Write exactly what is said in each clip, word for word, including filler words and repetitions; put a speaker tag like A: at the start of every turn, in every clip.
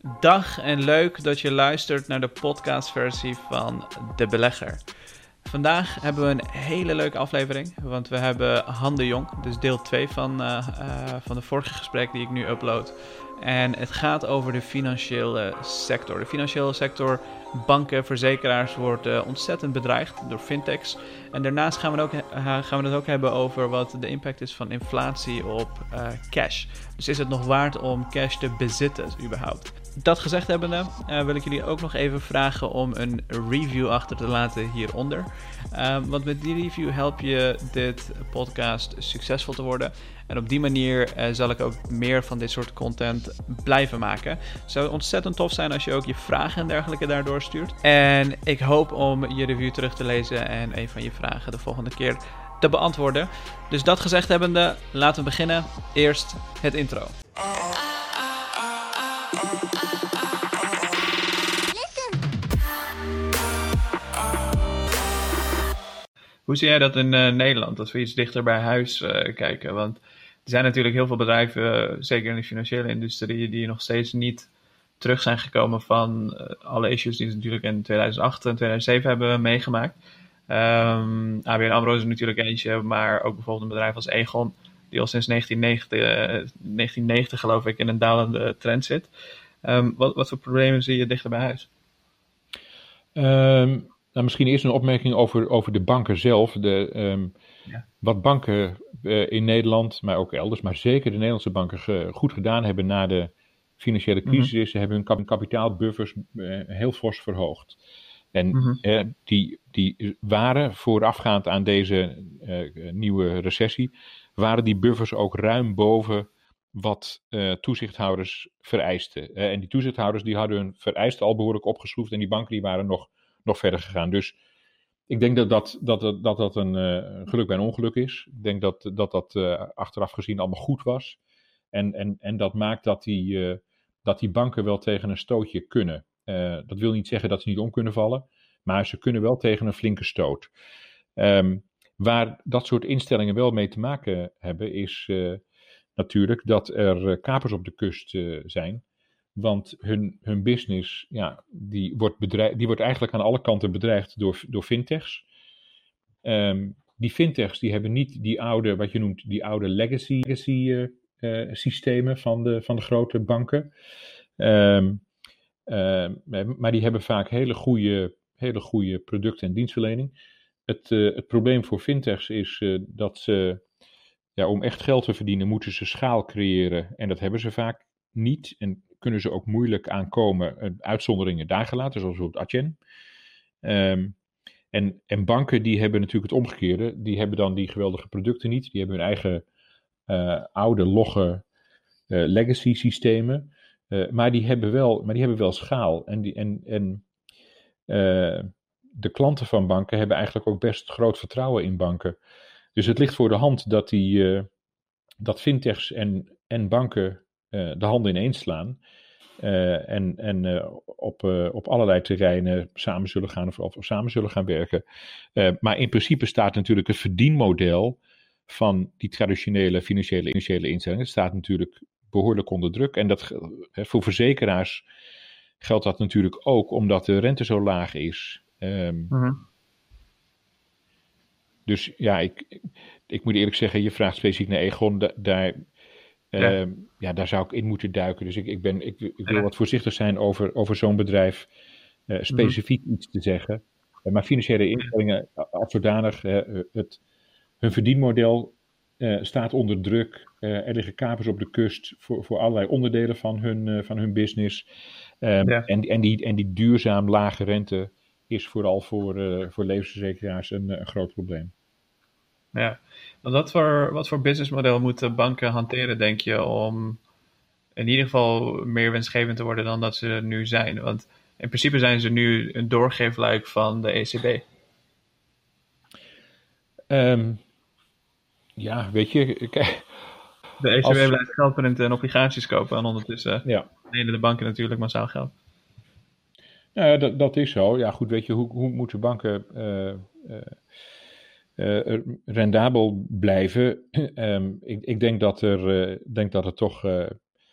A: Dag en leuk dat je luistert naar de podcastversie van De Belegger. Vandaag hebben we een hele leuke aflevering, want we hebben Han de Jong, dus deel twee van, uh, uh, van de vorige gesprek die ik nu upload. En het gaat over de financiële sector. De financiële sector, banken, verzekeraars, wordt uh, ontzettend bedreigd door fintechs. En daarnaast gaan we, ook, uh, gaan we het ook hebben over wat de impact is van inflatie op uh, cash. Dus is het nog waard om cash te bezitten überhaupt? Dat gezegd hebbende uh, wil ik jullie ook nog even vragen om een review achter te laten hieronder. Uh, want met die review help je dit podcast succesvol te worden. En op die manier uh, zal ik ook meer van dit soort content blijven maken. Het zou ontzettend tof zijn als je ook je vragen en dergelijke daardoor stuurt. En ik hoop om je review terug te lezen en een van je vragen de volgende keer te beantwoorden. Dus dat gezegd hebbende, laten we beginnen. Eerst het intro. Hoe zie jij dat in uh, Nederland, als we iets dichter bij huis uh, kijken? Want er zijn natuurlijk heel veel bedrijven, uh, zeker in de financiële industrie, die nog steeds niet terug zijn gekomen van uh, alle issues die ze natuurlijk in tweeduizend acht en tweeduizend zeven hebben meegemaakt. Um, A B N AMRO is er natuurlijk eentje, maar ook bijvoorbeeld een bedrijf als Aegon, die al sinds negentien negentig, uh, negentien negentig geloof ik in een dalende trend zit. Um, wat, wat voor problemen zie je dichter bij huis?
B: Um... Nou, misschien eerst een opmerking over, over de banken zelf. De, um, ja. Wat banken uh, in Nederland, maar ook elders, maar zeker de Nederlandse banken ge, goed gedaan hebben na de financiële crisis, mm-hmm. is ze hebben hun kap- kapitaalbuffers uh, heel fors verhoogd. En mm-hmm. uh, die, die waren voorafgaand aan deze uh, nieuwe recessie, waren die buffers ook ruim boven wat uh, toezichthouders vereisten. Uh, en die toezichthouders die hadden hun vereisten al behoorlijk opgeschroefd en die banken die waren nog nog verder gegaan. Dus ik denk dat dat, dat, dat, dat, dat een uh, geluk bij een ongeluk is. Ik denk dat dat, dat uh, achteraf gezien allemaal goed was. En, en, en dat maakt dat die, uh, dat die banken wel tegen een stootje kunnen. Uh, dat wil niet zeggen dat ze niet om kunnen vallen, maar ze kunnen wel tegen een flinke stoot. Um, waar dat soort instellingen wel mee te maken hebben, is uh, natuurlijk dat er uh, kapers op de kust uh, zijn. Want hun, hun business, ja, die wordt, bedreig, die wordt eigenlijk aan alle kanten bedreigd door, door fintechs. Um, die fintechs die hebben niet die oude, wat je noemt, die oude legacy, legacy uh, uh, systemen van de, van de grote banken. Um, uh, maar die hebben vaak hele goede, hele goede producten en dienstverlening. Het, uh, het probleem voor fintechs is uh, dat ze, ja, om echt geld te verdienen, moeten ze schaal creëren. En dat hebben ze vaak niet. En kunnen ze ook moeilijk aankomen, uitzonderingen daar gelaten, zoals bijvoorbeeld Adyen. Um, en, en banken die hebben natuurlijk het omgekeerde, die hebben dan die geweldige producten niet, die hebben hun eigen uh, oude, logge uh, legacy systemen, uh, maar, die hebben wel, maar die hebben wel schaal. En, die, en, en uh, de klanten van banken hebben eigenlijk ook best groot vertrouwen in banken. Dus het ligt voor de hand dat, die, uh, dat fintechs en, en banken Uh, de handen ineens slaan uh, en, en uh, op, uh, op allerlei terreinen samen zullen gaan of, of samen zullen gaan werken. Uh, maar in principe staat natuurlijk het verdienmodel van die traditionele financiële, financiële instellingen staat natuurlijk behoorlijk onder druk. En dat, uh, voor verzekeraars geldt dat natuurlijk ook omdat de rente zo laag is. Um, mm-hmm. Dus ja, ik, ik, ik moet eerlijk zeggen, je vraagt specifiek naar Aegon, da, daar... Ja. Uh, ja, daar zou ik in moeten duiken. Dus ik, ik, ben, ik, ik wil ja. wat voorzichtig zijn over, over zo'n bedrijf uh, specifiek mm-hmm. iets te zeggen. Uh, maar financiële instellingen als zodanig, uh, het, hun verdienmodel uh, staat onder druk. Uh, er liggen kapers op de kust voor, voor allerlei onderdelen van hun, uh, van hun business. Um, ja. en, en, die, en die duurzaam lage rente is vooral voor, uh, voor levensverzekeraars een, een groot probleem.
A: Ja, want wat voor, wat voor businessmodel moeten banken hanteren, denk je, om in ieder geval meer winstgevend te worden dan dat ze nu zijn? Want in principe zijn ze nu een doorgeefluik van de E C B.
B: Um, ja, weet je... Kijk,
A: de E C B als... blijft geld printen en obligaties kopen en ondertussen ja. lenen de banken natuurlijk massaal geld.
B: Ja, dat, dat is zo. Ja, goed, weet je, hoe, hoe moeten banken... Uh, uh, Uh, rendabel blijven. um, ik, ik denk dat er, uh, denk dat er toch uh,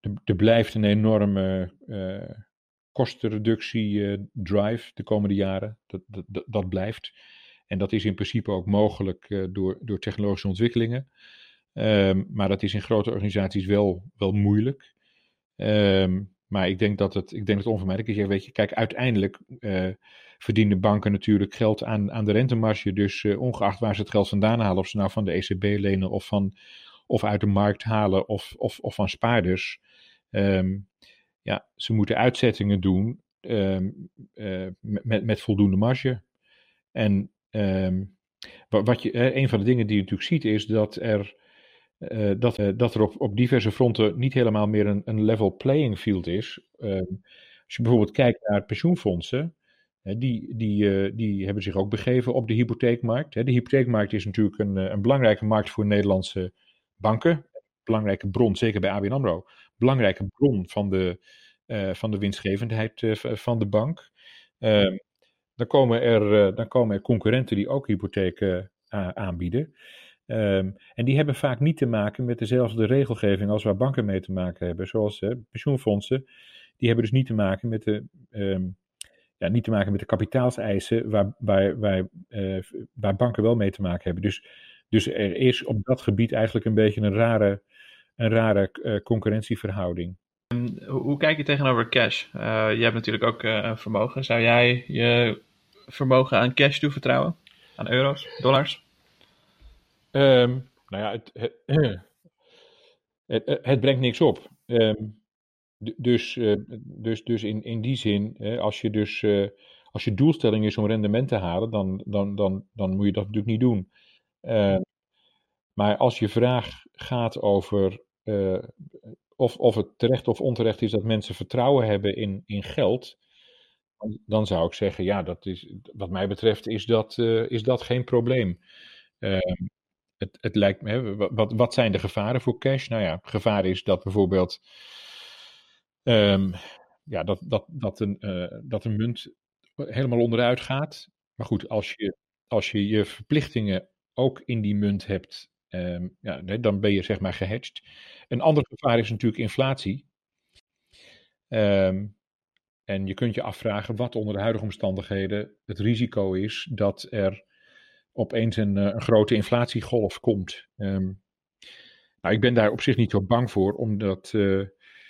B: er blijft een enorme uh, kostenreductie uh, drive de komende jaren. Dat, dat, dat blijft. En dat is in principe ook mogelijk uh, door, door technologische ontwikkelingen. Um, maar dat is in grote organisaties wel, wel moeilijk. Um, maar ik denk dat het, ik denk dat het onvermijdelijk is. Ja, weet je, kijk, uiteindelijk uh, verdienen banken natuurlijk geld aan, aan de rentemarge. Dus uh, ongeacht waar ze het geld vandaan halen, of ze nou van de E C B lenen of, van, of uit de markt halen of, of, of van spaarders. Um, ja, ze moeten uitzettingen doen um, uh, met, met voldoende marge. En um, wat je, uh, een van de dingen die je natuurlijk ziet is dat er, uh, dat, uh, dat er op, op diverse fronten niet helemaal meer een, een level playing field is. Um, als je bijvoorbeeld kijkt naar pensioenfondsen, uh, die, die, uh, die hebben zich ook begeven op de hypotheekmarkt. Uh, de hypotheekmarkt is natuurlijk een, een belangrijke markt voor Nederlandse banken. Belangrijke bron, zeker bij A B N AMRO. Belangrijke bron van de, uh, van de winstgevendheid uh, van de bank. Um, Dan komen, er, uh, dan komen er concurrenten die ook hypotheken uh, aanbieden. Um, en die hebben vaak niet te maken met dezelfde regelgeving als waar banken mee te maken hebben. Zoals uh, pensioenfondsen, die hebben dus niet te maken met de, um, ja, niet te maken met de kapitaalseisen waar, waar, waar, uh, waar banken wel mee te maken hebben. Dus, dus er is op dat gebied eigenlijk een beetje een rare, een rare uh, concurrentieverhouding.
A: Hoe kijk je tegenover cash? Uh, je hebt natuurlijk ook uh, een vermogen. Zou jij je vermogen aan cash toevertrouwen? Aan euro's, dollars?
B: Um, nou ja, het, het, het, het brengt niks op. Um, dus, uh, dus, dus in, in die zin, uh, als je dus uh, als je doelstelling is om rendement te halen, dan, dan, dan, dan moet je dat natuurlijk niet doen. Uh, maar als je vraag gaat over uh, of, of het terecht of onterecht is dat mensen vertrouwen hebben in, in geld, dan, dan zou ik zeggen, ja, dat is, wat mij betreft is dat, uh, is dat geen probleem. Uh, het, het lijkt me, hè, wat, wat zijn de gevaren voor cash? Nou ja, gevaar is dat bijvoorbeeld um, ja, dat, dat, dat, een, uh, dat een munt helemaal onderuit gaat. Maar goed, als je als je, je verplichtingen ook in die munt hebt, um, ja, dan ben je zeg maar gehedged. Een ander gevaar is natuurlijk inflatie. Um, en je kunt je afvragen wat onder de huidige omstandigheden het risico is dat er opeens een, een grote inflatiegolf komt. Um, nou, ik ben daar op zich niet zo bang voor, omdat uh,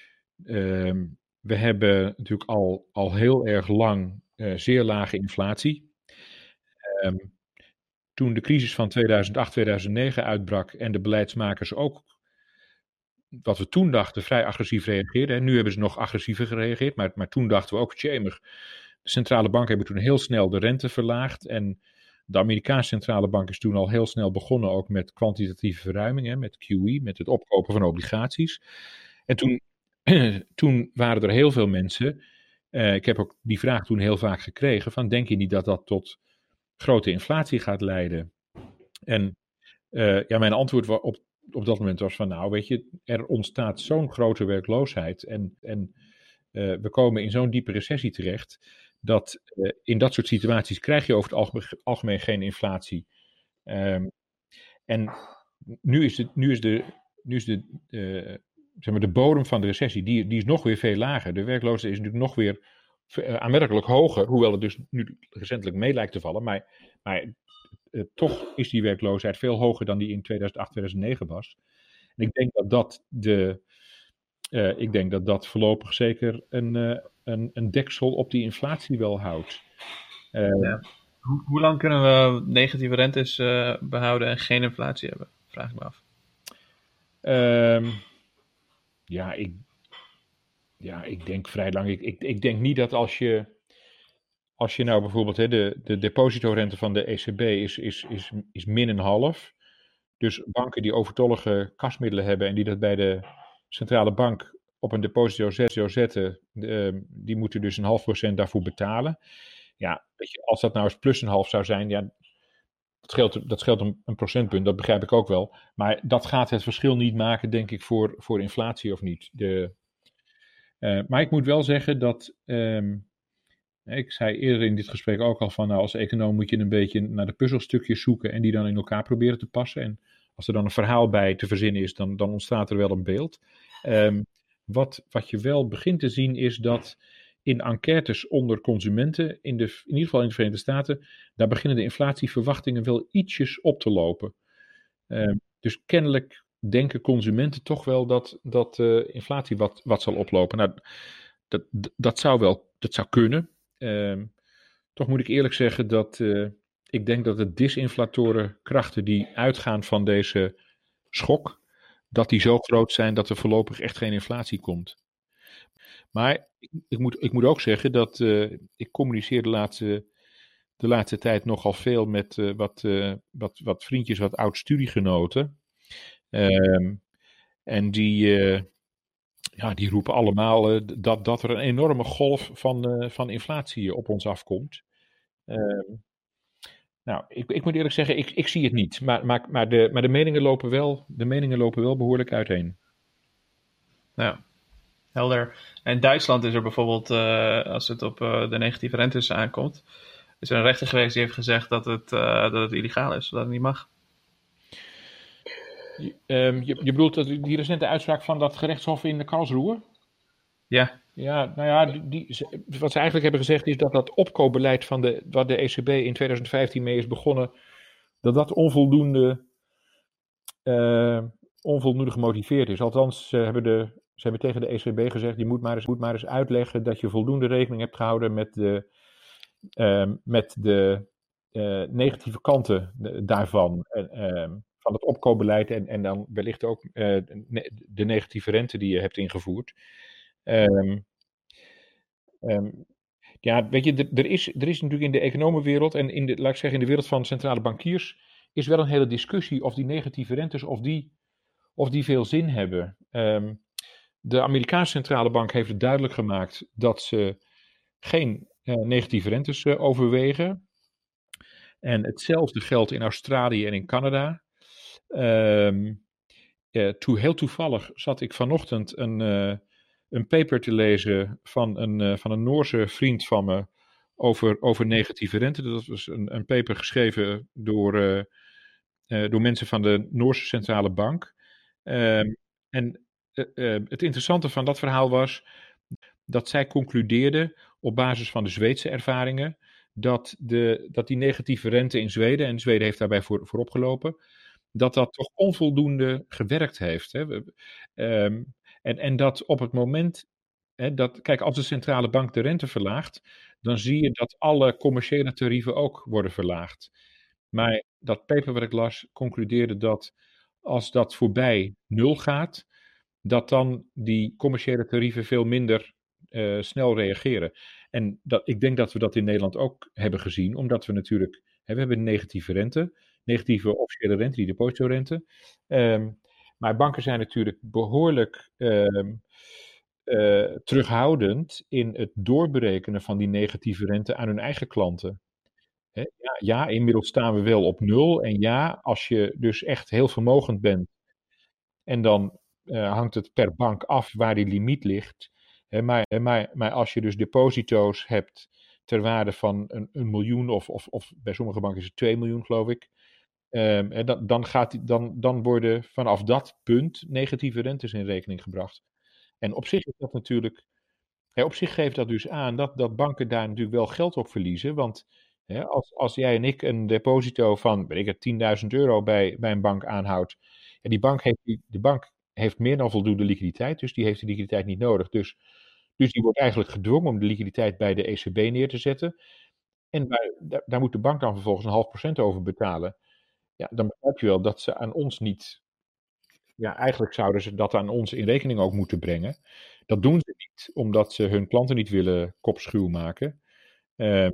B: um, we hebben natuurlijk al, al heel erg lang uh, zeer lage inflatie. Um, toen de crisis van tweeduizend acht, tweeduizend negen uitbrak en de beleidsmakers ook, wat we toen dachten, vrij agressief reageerden. En nu hebben ze nog agressiever gereageerd, maar, maar toen dachten we ook, tjemig, de centrale banken hebben toen heel snel de rente verlaagd en de Amerikaanse centrale bank is toen al heel snel begonnen ook met kwantitatieve verruiming, hè, met Q E, met het opkopen van obligaties. En toen, toen waren er heel veel mensen, uh, ik heb ook die vraag toen heel vaak gekregen, van denk je niet dat dat tot grote inflatie gaat leiden? En uh, ja, mijn antwoord op, op dat moment was van nou, weet je, er ontstaat zo'n grote werkloosheid en, en uh, we komen in zo'n diepe recessie terecht, dat uh, in dat soort situaties krijg je over het algemeen, algemeen geen inflatie. Um, en nu is, het, nu is de, nu is de, uh, zeg maar de bodem van de recessie, die, die is nog weer veel lager. De werkloosheid is natuurlijk nog weer uh, aanmerkelijk hoger, hoewel het dus nu recentelijk mee lijkt te vallen, maar, maar uh, toch is die werkloosheid veel hoger dan die in tweeduizend acht, tweeduizend negen was. En ik denk dat dat de... Uh, ik denk dat dat voorlopig zeker een, uh, een, een deksel op die inflatie wel houdt. Uh,
A: ja. hoe, hoe lang kunnen we negatieve rentes uh, behouden en geen inflatie hebben? Vraag ik me af.
B: Uh, ja, ik, ja, ik denk vrij lang. Ik, ik, ik denk niet dat als je, als je nou bijvoorbeeld hè, de, de depositorente van de E C B is, is, is, is min een half. Dus banken die overtollige kasmiddelen hebben en die dat bij de centrale bank op een deposito zetten, uh, die moeten dus een half procent daarvoor betalen. Ja, weet je, als dat nou eens plus een half zou zijn, ja, dat scheelt, dat scheelt een, een procentpunt, dat begrijp ik ook wel. Maar dat gaat het verschil niet maken, denk ik, voor, voor inflatie of niet. De, uh, maar ik moet wel zeggen dat, um, ik zei eerder in dit gesprek ook al van, nou, als econoom moet je een beetje naar de puzzelstukjes zoeken en die dan in elkaar proberen te passen. En als er dan een verhaal bij te verzinnen is, dan, dan ontstaat er wel een beeld. Um, wat, wat je wel begint te zien is dat in enquêtes onder consumenten, in, de, in ieder geval in de Verenigde Staten, daar beginnen de inflatieverwachtingen wel ietsjes op te lopen. Uh, dus kennelijk denken consumenten toch wel dat, dat uh, inflatie wat, wat zal oplopen. Nou, dat, dat zou wel, dat zou kunnen. Uh, toch moet ik eerlijk zeggen dat uh, ik denk dat de disinflatoren krachten die uitgaan van deze schok, dat die zo groot zijn dat er voorlopig echt geen inflatie komt. Maar ik, ik, moet, ik moet ook zeggen dat uh, ik communiceer de laatste, de laatste tijd nogal veel met uh, wat, uh, wat, wat vriendjes, wat oud-studiegenoten. Um, en die, uh, ja, die roepen allemaal uh, dat, dat er een enorme golf van, uh, van inflatie op ons afkomt. Um, nou, ik, ik moet eerlijk zeggen, ik, ik zie het niet. Maar, maar, maar, de, maar de, meningen lopen wel, de meningen lopen wel behoorlijk uiteen.
A: Ja. Helder. En in Duitsland is er bijvoorbeeld, uh, als het op uh, de negatieve rentes aankomt, is er een rechter geweest die heeft gezegd dat het, uh, dat het illegaal is, dat het niet mag.
B: Je, um, je, je bedoelt dat die recente uitspraak van dat gerechtshof in Karlsruhe?
A: Ja.
B: Ja, nou ja, die, die, wat ze eigenlijk hebben gezegd is dat dat opkoopbeleid van de, wat de E C B in twintig vijftien mee is begonnen, dat dat onvoldoende, uh, onvoldoende gemotiveerd is. Althans, ze hebben de Ze hebben tegen de E C B gezegd, je moet maar eens, moet maar eens uitleggen dat je voldoende rekening hebt gehouden met de, uh, met de uh, negatieve kanten daarvan, uh, van het opkoopbeleid en, en dan wellicht ook uh, de negatieve rente die je hebt ingevoerd. Um, um, ja, weet je, er is, er is natuurlijk in de economenwereld en in de, laat ik zeggen, in de wereld van centrale bankiers, is wel een hele discussie of die negatieve rentes, of die, of die veel zin hebben. Um, De Amerikaanse centrale bank heeft het duidelijk gemaakt dat ze geen uh, negatieve rentes uh, overwegen. En hetzelfde geldt in Australië en in Canada. Um, uh, toe, heel toevallig zat ik vanochtend een, uh, een paper te lezen van een, uh, van een Noorse vriend van me over, over negatieve rente. Dat was een, een paper geschreven door, uh, uh, door mensen van de Noorse centrale bank. Um, en Uh, uh, het interessante van dat verhaal was dat zij concludeerden op basis van de Zweedse ervaringen dat, de, dat die negatieve rente in Zweden, en Zweden heeft daarbij voor, voorop gelopen, dat dat toch onvoldoende gewerkt heeft. Hè. Um, en, en dat op het moment, hè, dat, kijk, als de centrale bank de rente verlaagt, dan zie je dat alle commerciële tarieven ook worden verlaagd. Maar dat paper wat ik las concludeerde dat als dat voorbij nul gaat, dat dan die commerciële tarieven veel minder uh, snel reageren. En dat, ik denk dat we dat in Nederland ook hebben gezien, omdat we natuurlijk, hè, we hebben een negatieve rente, negatieve officiële rente, die depositorente. Um, maar banken zijn natuurlijk behoorlijk um, uh, terughoudend in het doorberekenen van die negatieve rente aan hun eigen klanten. Hè, ja, ja, inmiddels staan we wel op nul. En ja, als je dus echt heel vermogend bent en dan Uh, hangt het per bank af waar die limiet ligt. He, maar, maar, maar als je dus deposito's hebt ter waarde van een, een miljoen, of, of, of bij sommige banken is het twee miljoen, geloof ik. Um, en dan, dan, gaat, dan, dan worden vanaf dat punt negatieve rentes in rekening gebracht. En op zich is dat natuurlijk. He, op zich geeft dat dus aan dat, dat banken daar natuurlijk wel geld op verliezen. Want he, als, als jij en ik een deposito van, weet ik het, tienduizend euro bij, bij een bank aanhoudt. En die bank heeft die, de bank heeft meer dan voldoende liquiditeit, dus die heeft de liquiditeit niet nodig. Dus, dus die wordt eigenlijk gedwongen om de liquiditeit bij de E C B neer te zetten. En bij, daar, daar moet de bank dan vervolgens een half procent over betalen. Ja, dan begrijp je wel dat ze aan ons niet. Ja, eigenlijk zouden ze dat aan ons in rekening ook moeten brengen. Dat doen ze niet, omdat ze hun klanten niet willen kopschuw maken. Uh,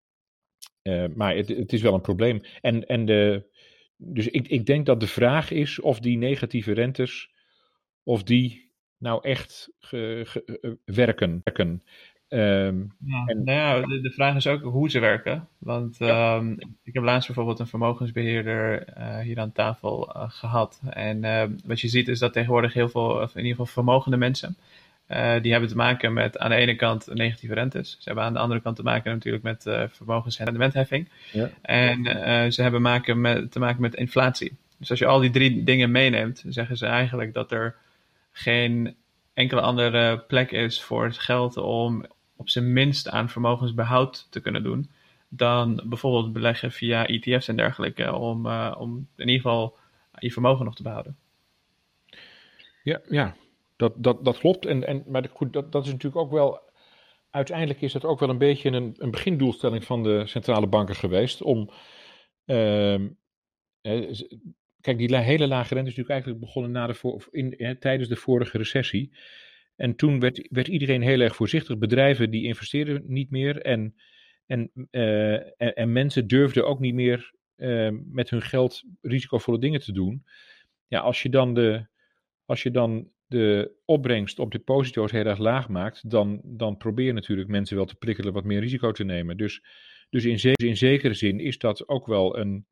B: uh, maar het, het is wel een probleem. En, en de, dus ik, ik denk dat de vraag is of die negatieve rentes, of die nou echt ge, ge, werken. werken. Um,
A: ja, en, nou ja, de, de vraag is ook hoe ze werken. Want ja. um, ik heb laatst bijvoorbeeld een vermogensbeheerder uh, hier aan tafel uh, gehad. En uh, wat je ziet is dat tegenwoordig heel veel, of in ieder geval vermogende mensen, uh, die hebben te maken met aan de ene kant negatieve rentes. Ze hebben aan de andere kant te maken natuurlijk met uh, vermogensrendementheffing. Ja. En uh, ze hebben maken met, te maken met inflatie. Dus als je al die drie dingen meeneemt, zeggen ze eigenlijk dat er geen enkele andere plek is voor het geld om op zijn minst aan vermogensbehoud te kunnen doen, dan bijvoorbeeld beleggen via E T F's en dergelijke, om, uh, om in ieder geval je vermogen nog te behouden.
B: Ja, ja dat, dat, dat klopt. En, en, maar goed, dat, dat is natuurlijk ook wel, uiteindelijk is dat ook wel een beetje een, een begindoelstelling van de centrale banken geweest om, uh, eh, kijk, die hele lage rente is natuurlijk eigenlijk begonnen na de voor, in, eh, tijdens de vorige recessie. En toen werd, werd iedereen heel erg voorzichtig. Bedrijven die investeerden niet meer en, en, uh, en, en mensen durfden ook niet meer uh, met hun geld risicovolle dingen te doen. Ja, als je dan de, als je dan de opbrengst op deposito's heel erg laag maakt, dan, dan probeer je natuurlijk mensen wel te prikkelen wat meer risico te nemen. Dus, dus in, ze- in zekere zin is dat ook wel een,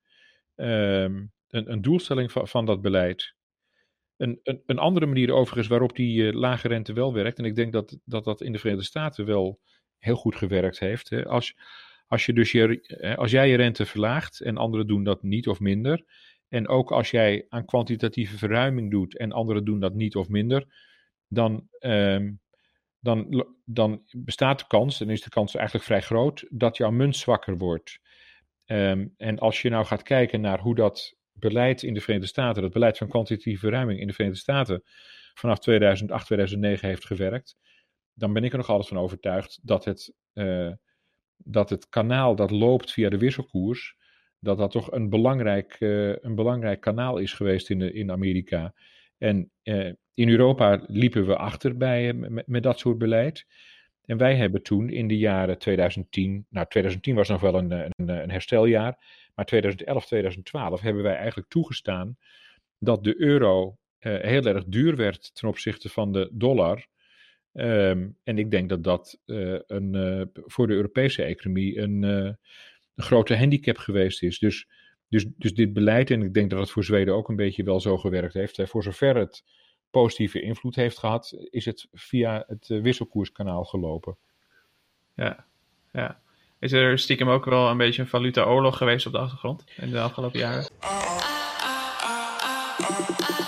B: um, een, een doelstelling van, van dat beleid. Een, een, een andere manier overigens waarop die uh, lage rente wel werkt, en ik denk dat, dat dat in de Verenigde Staten wel heel goed gewerkt heeft. Hè. Als, als, je dus je, als jij je rente verlaagt en anderen doen dat niet of minder, en ook als jij aan kwantitatieve verruiming doet en anderen doen dat niet of minder, dan, um, dan, dan bestaat de kans, en is de kans eigenlijk vrij groot, dat jouw munt zwakker wordt. Um, en als je nou gaat kijken naar hoe dat beleid in de Verenigde Staten, dat beleid van kwantitatieve verruiming in de Verenigde Staten vanaf tweeduizend acht, tweeduizend negen heeft gewerkt, dan ben ik er nog altijd van overtuigd dat het, uh, dat het kanaal dat loopt via de wisselkoers, dat dat toch een belangrijk, uh, een belangrijk kanaal is geweest in, de, in Amerika. En uh, in Europa liepen we achter bij, uh, met, met dat soort beleid. En wij hebben toen in de jaren tweeduizend tien, nou tweeduizend tien was nog wel een, een, een hersteljaar, maar tweeduizend elf, tweeduizend twaalf hebben wij eigenlijk toegestaan dat de euro uh, heel erg duur werd ten opzichte van de dollar. Um, en ik denk dat dat uh, een, uh, voor de Europese economie een, uh, een grote handicap geweest is. Dus, dus, dus dit beleid, en ik denk dat het voor Zweden ook een beetje wel zo gewerkt heeft, hè, voor zover het positieve invloed heeft gehad, is het via het uh, wisselkoerskanaal gelopen.
A: Ja, ja. Is er stiekem ook wel een beetje een valutaoorlog geweest op de achtergrond in de afgelopen jaren?